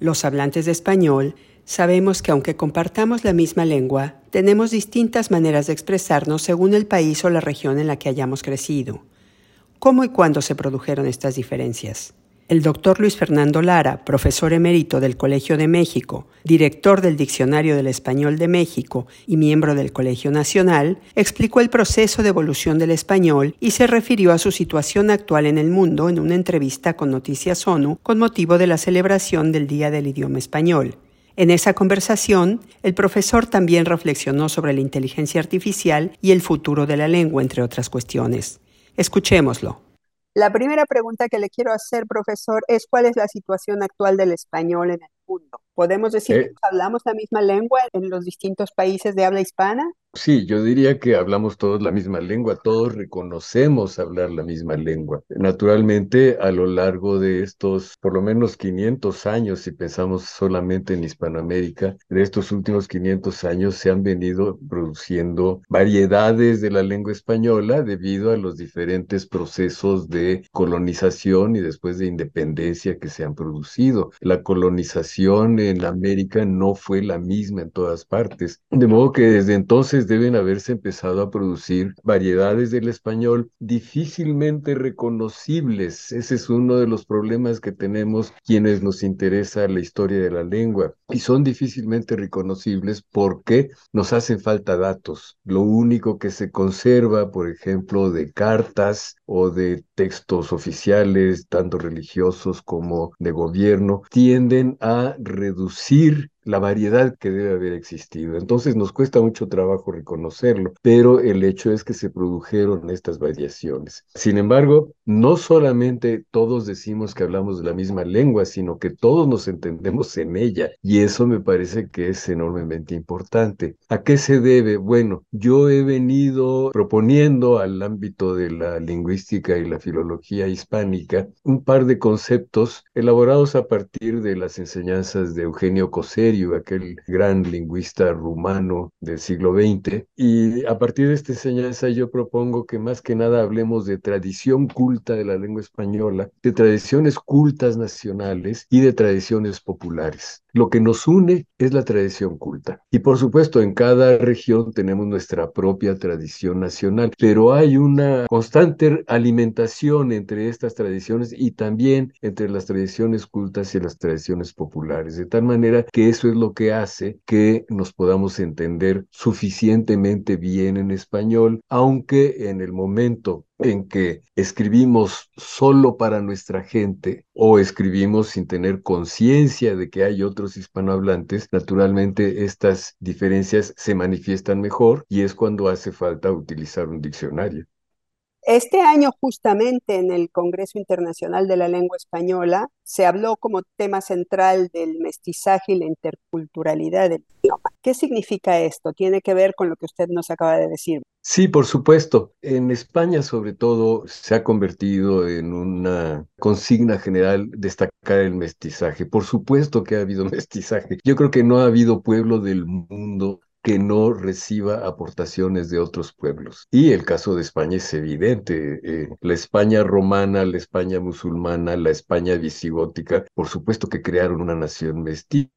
Los hablantes de español sabemos que aunque compartamos la misma lengua, tenemos distintas maneras de expresarnos según el país o la región en la que hayamos crecido. ¿Cómo y cuándo se produjeron estas diferencias? El doctor Luis Fernando Lara, profesor emérito del Colegio de México, director del Diccionario del Español de México y miembro del Colegio Nacional, explicó el proceso de evolución del español y se refirió a su situación actual en el mundo en una entrevista con Noticias ONU con motivo de la celebración del Día del Idioma Español. En esa conversación, el profesor también reflexionó sobre la inteligencia artificial y el futuro de la lengua, entre otras cuestiones. Escuchémoslo. La primera pregunta que le quiero hacer, profesor, es ¿cuál es la situación actual del español en el mundo? ¿Podemos decir que hablamos la misma lengua en los distintos países de habla hispana? Sí, yo diría que hablamos todos la misma lengua, todos reconocemos hablar la misma lengua. Naturalmente, a lo largo de estos por lo menos 500 años, si pensamos solamente en Hispanoamérica, de estos últimos 500 años se han venido produciendo variedades de la lengua española debido a los diferentes procesos de colonización y después de independencia que se han producido. La colonización en América no fue la misma en todas partes, de modo que desde entonces deben haberse empezado a producir variedades del español difícilmente reconocibles. Ese es uno de los problemas que tenemos quienes nos interesa la historia de la lengua. Y son difícilmente reconocibles porque nos hacen falta datos. Lo único que se conserva, por ejemplo, de cartas o de textos oficiales, tanto religiosos como de gobierno, tienden a reducir la variedad que debe haber existido. Entonces nos cuesta mucho trabajo reconocerlo, pero el hecho es que se produjeron estas variaciones. Sin embargo, no solamente todos decimos que hablamos de la misma lengua, sino que todos nos entendemos en ella, y eso me parece que es enormemente importante. ¿A qué se debe? Bueno, yo he venido proponiendo al ámbito de la lingüística y la filología hispánica un par de conceptos elaborados a partir de las enseñanzas de Eugenio Cosseri, aquel gran lingüista rumano del siglo XX. Y a partir de esta enseñanza yo propongo que más que nada hablemos de tradición culta de la lengua española, de tradiciones cultas nacionales y de tradiciones populares. Lo que nos une es la tradición culta. Y por supuesto, en cada región tenemos nuestra propia tradición nacional, pero hay una constante alimentación entre estas tradiciones y también entre las tradiciones cultas y las tradiciones populares, de tal manera que eso es lo que hace que nos podamos entender suficientemente bien en español, aunque en el momento en que escribimos solo para nuestra gente o escribimos sin tener conciencia de que hay otros hispanohablantes, naturalmente estas diferencias se manifiestan mejor y es cuando hace falta utilizar un diccionario. Este año, justamente en el Congreso Internacional de la Lengua Española, se habló como tema central del mestizaje y la interculturalidad del idioma. ¿Qué significa esto? Tiene que ver con lo que usted nos acaba de decir. Sí, por supuesto. En España, sobre todo, se ha convertido en una consigna general destacar el mestizaje. Por supuesto que ha habido mestizaje. Yo creo que no ha habido pueblo del mundo que no reciba aportaciones de otros pueblos. Y el caso de España es evidente. La España romana, la España musulmana, la España visigótica, por supuesto que crearon una nación mestiza.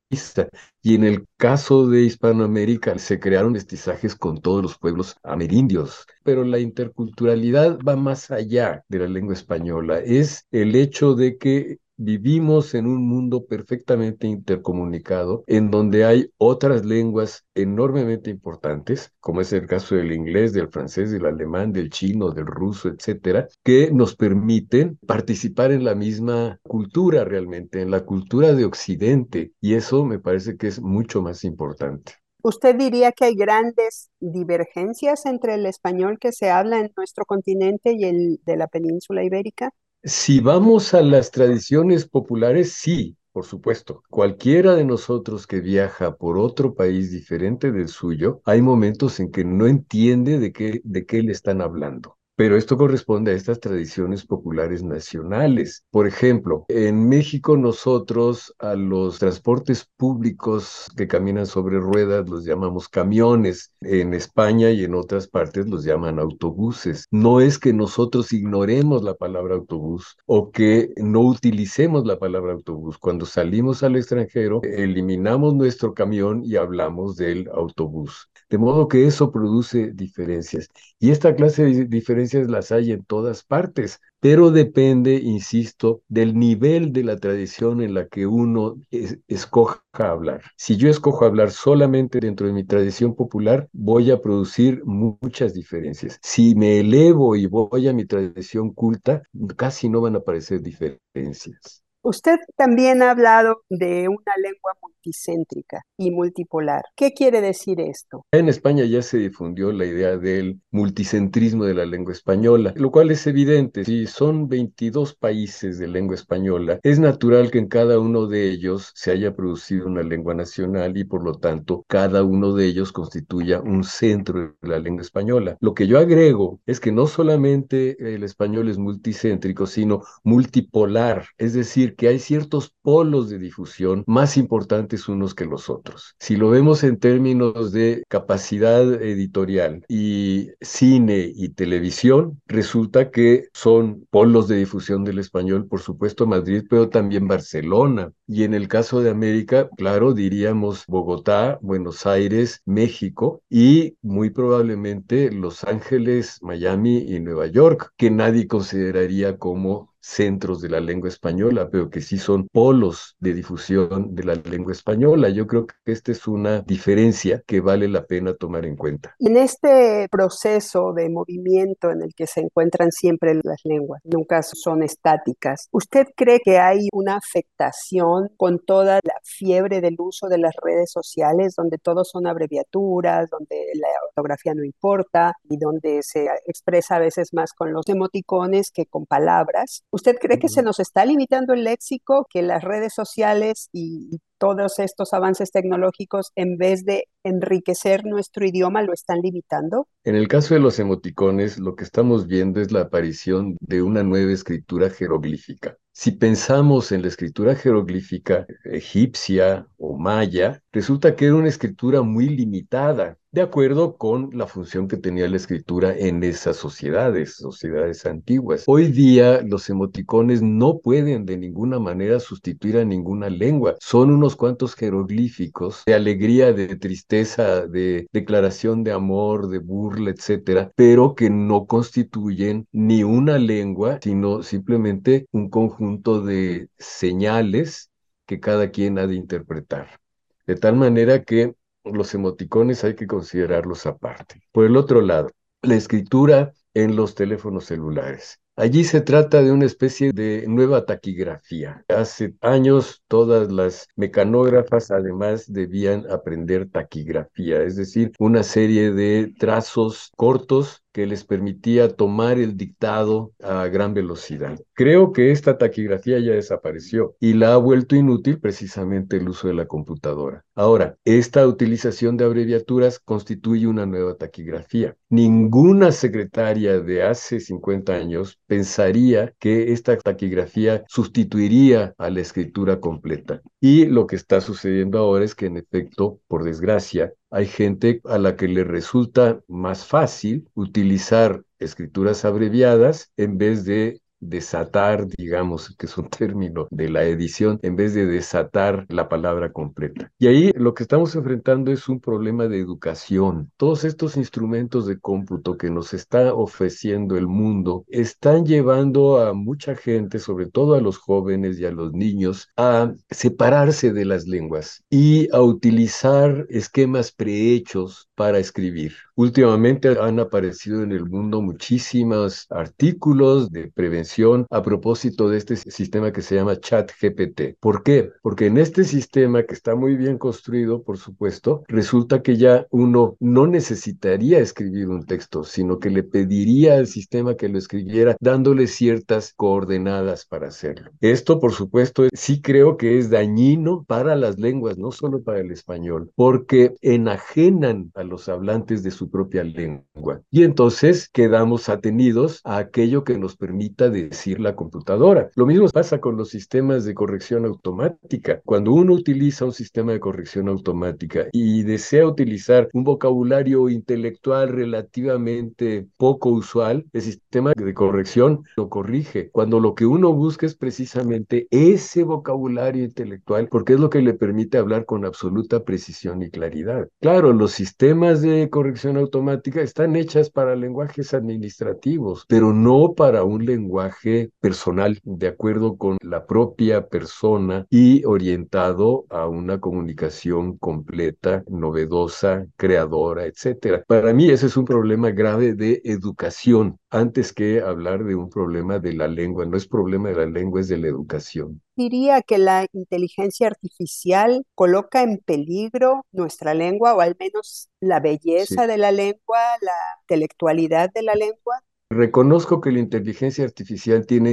Y en el caso de Hispanoamérica se crearon mestizajes con todos los pueblos amerindios, pero la interculturalidad va más allá de la lengua española. Es el hecho de que vivimos en un mundo perfectamente intercomunicado, en donde hay otras lenguas enormemente importantes, como es el caso del inglés, del francés, del alemán, del chino, del ruso, etcétera, que nos permiten participar en la misma cultura realmente, en la cultura de Occidente, y eso me parece que es mucho más importante. ¿Usted diría que hay grandes divergencias entre el español que se habla en nuestro continente y el de la península ibérica? Si vamos a las tradiciones populares, sí, por supuesto. Cualquiera de nosotros que viaja por otro país diferente del suyo, hay momentos en que no entiende de qué le están hablando. pero esto corresponde a estas tradiciones populares nacionales. Por ejemplo, en México nosotros a los transportes públicos que caminan sobre ruedas los llamamos camiones. En España y en otras partes los llaman autobuses. No es que nosotros ignoremos la palabra autobús o que no utilicemos la palabra autobús. Cuando salimos al extranjero, eliminamos nuestro camión y hablamos del autobús. De modo que eso produce diferencias. Y esta clase de diferencias las hay en todas partes, pero depende, insisto, del nivel de la tradición en la que uno escoja hablar. Si yo escojo hablar solamente dentro de mi tradición popular, voy a producir muchas diferencias. Si me elevo y voy a mi tradición culta, casi no van a aparecer diferencias. Usted también ha hablado de una lengua multicéntrica y multipolar. ¿Qué quiere decir esto? En España ya se difundió la idea del multicentrismo de la lengua española, lo cual es evidente. Si son 22 países de lengua española, es natural que en cada uno de ellos se haya producido una lengua nacional y por lo tanto cada uno de ellos constituya un centro de la lengua española. Lo que yo agrego es que no solamente el español es multicéntrico, sino multipolar, es decir, que hay ciertos polos de difusión más importantes unos que los otros. Si lo vemos en términos de capacidad editorial y cine y televisión, resulta que son polos de difusión del español, por supuesto Madrid, pero también Barcelona. Y en el caso de América, claro, diríamos Bogotá, Buenos Aires, México y muy probablemente Los Ángeles, Miami y Nueva York, que nadie consideraría como centros de la lengua española, pero que sí son polos de difusión de la lengua española. Yo creo que esta es una diferencia que vale la pena tomar en cuenta. En este proceso de movimiento en el que se encuentran siempre las lenguas, nunca son estáticas, ¿usted cree que hay una afectación con toda la fiebre del uso de las redes sociales, donde todo son abreviaturas, donde la ortografía no importa y donde se expresa a veces más con los emoticones que con palabras? ¿Usted cree que se nos está limitando el léxico, que las redes sociales y todos estos avances tecnológicos, en vez de enriquecer nuestro idioma, lo están limitando? En el caso de los emoticones, lo que estamos viendo es la aparición de una nueva escritura jeroglífica. Si pensamos en la escritura jeroglífica egipcia o maya, resulta que era una escritura muy limitada, de acuerdo con la función que tenía la escritura en esas sociedades antiguas. Hoy día los emoticones no pueden de ninguna manera sustituir a ninguna lengua. Son unos cuantos jeroglíficos de alegría, de tristeza, de declaración de amor, de burla, etcétera, pero que no constituyen ni una lengua, sino simplemente un conjunto de señales que cada quien ha de interpretar. De tal manera que los emoticones hay que considerarlos aparte. Por el otro lado, la escritura en los teléfonos celulares. Allí se trata de una especie de nueva taquigrafía. Hace años todas las mecanógrafas además debían aprender taquigrafía, es decir, una serie de trazos cortos que les permitía tomar el dictado a gran velocidad. Creo que esta taquigrafía ya desapareció y la ha vuelto inútil precisamente el uso de la computadora. Ahora, esta utilización de abreviaturas constituye una nueva taquigrafía. Ninguna secretaria de hace 50 años pensaría que esta taquigrafía sustituiría a la escritura completa. Y lo que está sucediendo ahora es que, en efecto, por desgracia, hay gente a la que le resulta más fácil utilizar escrituras abreviadas en vez de desatar, digamos, que es un término de la edición, en vez de desatar la palabra completa. Y ahí lo que estamos enfrentando es un problema de educación. Todos estos instrumentos de cómputo que nos está ofreciendo el mundo están llevando a mucha gente, sobre todo a los jóvenes y a los niños, a separarse de las lenguas y a utilizar esquemas prehechos para escribir. Últimamente han aparecido en el mundo muchísimos artículos de prevención atención a propósito de este sistema que se llama ChatGPT. ¿Por qué? Porque en este sistema, que está muy bien construido, por supuesto, resulta que ya uno no necesitaría escribir un texto, sino que le pediría al sistema que lo escribiera, dándole ciertas coordenadas para hacerlo. Esto, por supuesto, sí creo que es dañino para las lenguas, no solo para el español, porque enajenan a los hablantes de su propia lengua. Y entonces quedamos atenidos a aquello que nos permita decir la computadora. Lo mismo pasa con los sistemas de corrección automática. Cuando uno utiliza un sistema de corrección automática y desea utilizar un vocabulario intelectual relativamente poco usual, el sistema de corrección lo corrige. Cuando lo que uno busca es precisamente ese vocabulario intelectual, porque es lo que le permite hablar con absoluta precisión y claridad. Claro, los sistemas de corrección automática están hechas para lenguajes administrativos, pero no para un lenguaje personal, de acuerdo con la propia persona y orientado a una comunicación completa, novedosa, creadora, etcétera. Para mí ese es un problema grave de educación, antes que hablar de un problema de la lengua. No es problema de la lengua, es de la educación. Diría que la inteligencia artificial coloca en peligro nuestra lengua, o al menos la Sí. belleza de la lengua, la intelectualidad de la lengua. Reconozco que la inteligencia artificial tiene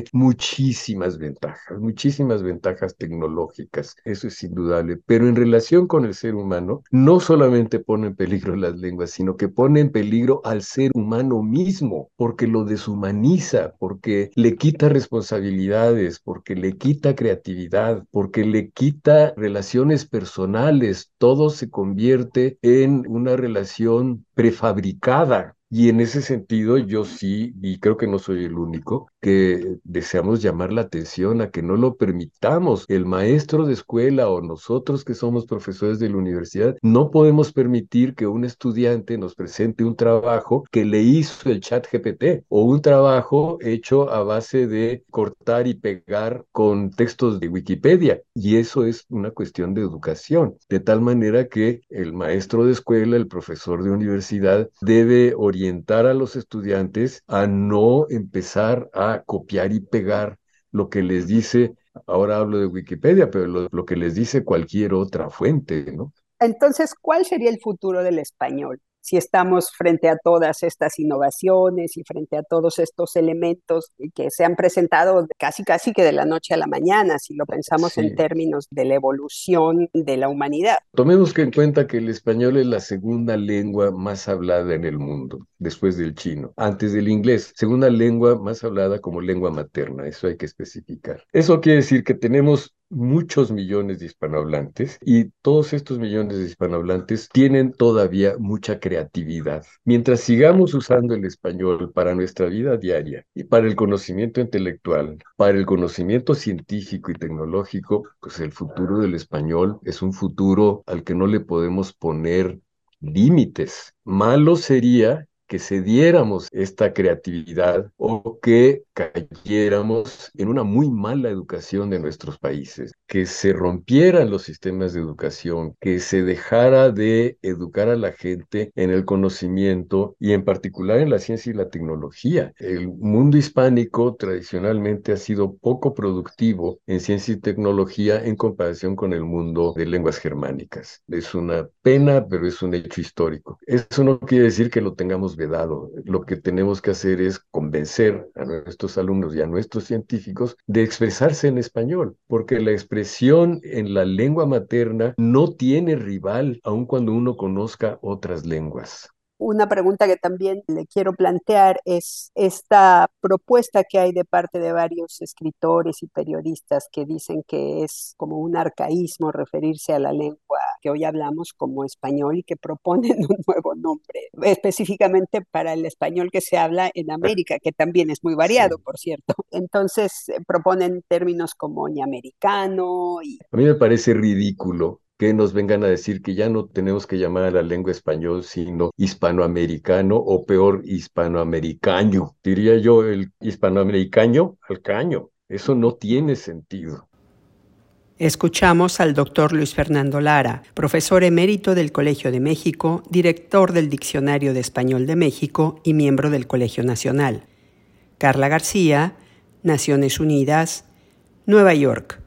muchísimas ventajas tecnológicas, eso es indudable, pero en relación con el ser humano, no solamente pone en peligro las lenguas, sino que pone en peligro al ser humano mismo, porque lo deshumaniza, porque le quita responsabilidades, porque le quita creatividad, porque le quita relaciones personales, todo se convierte en una relación prefabricada. Y en ese sentido, yo sí, y creo que no soy el único, que deseamos llamar la atención a que no lo permitamos. El maestro de escuela o nosotros que somos profesores de la universidad, no podemos permitir que un estudiante nos presente un trabajo que le hizo el chat GPT o un trabajo hecho a base de cortar y pegar con textos de Wikipedia. Y eso es una cuestión de educación, de tal manera que el maestro de escuela, el profesor de universidad, debe orientar a los estudiantes a no empezar a copiar y pegar lo que les dice, ahora hablo de Wikipedia, pero lo que les dice cualquier otra fuente, ¿no? Entonces, ¿cuál sería el futuro del español? Si estamos frente a todas estas innovaciones y frente a todos estos elementos que se han presentado casi que de la noche a la mañana, si lo pensamos en Sí. términos de la evolución de la humanidad. Tomemos que en cuenta que el español es la segunda lengua más hablada en el mundo, después del chino, antes del inglés, segunda lengua más hablada como lengua materna, eso hay que especificar. Eso quiere decir que tenemos muchos millones de hispanohablantes y todos estos millones de hispanohablantes tienen todavía mucha creatividad. Mientras sigamos usando el español para nuestra vida diaria y para el conocimiento intelectual, para el conocimiento científico y tecnológico, pues el futuro del español es un futuro al que no le podemos poner límites. Malo sería que cediéramos esta creatividad o que cayéramos en una muy mala educación de nuestros países, que se rompieran los sistemas de educación, que se dejara de educar a la gente en el conocimiento y en particular en la ciencia y la tecnología. El mundo hispánico tradicionalmente ha sido poco productivo en ciencia y tecnología en comparación con el mundo de lenguas germánicas. Es una pena, pero es un hecho histórico. Eso no quiere decir que lo tengamos vedado. Lo que tenemos que hacer es convencer a nuestros alumnos y a nuestros científicos de expresarse en español, porque la expresión en la lengua materna no tiene rival, aun cuando uno conozca otras lenguas. Una pregunta que también le quiero plantear es esta propuesta que hay de parte de varios escritores y periodistas que dicen que es como un arcaísmo referirse a la lengua que hoy hablamos como español y que proponen un nuevo nombre, específicamente para el español que se habla en América, que también es muy variado, Sí. por cierto. Entonces proponen términos como ñamericano y A mí me parece ridículo que nos vengan a decir que ya no tenemos que llamar a la lengua español, sino hispanoamericano o peor, hispanoamericaño. Diría yo, el hispanoamericano al caño. Eso no tiene sentido. Escuchamos al doctor Luis Fernando Lara, profesor emérito del Colegio de México, director del Diccionario de Español de México y miembro del Colegio Nacional. Carla García, Naciones Unidas, Nueva York.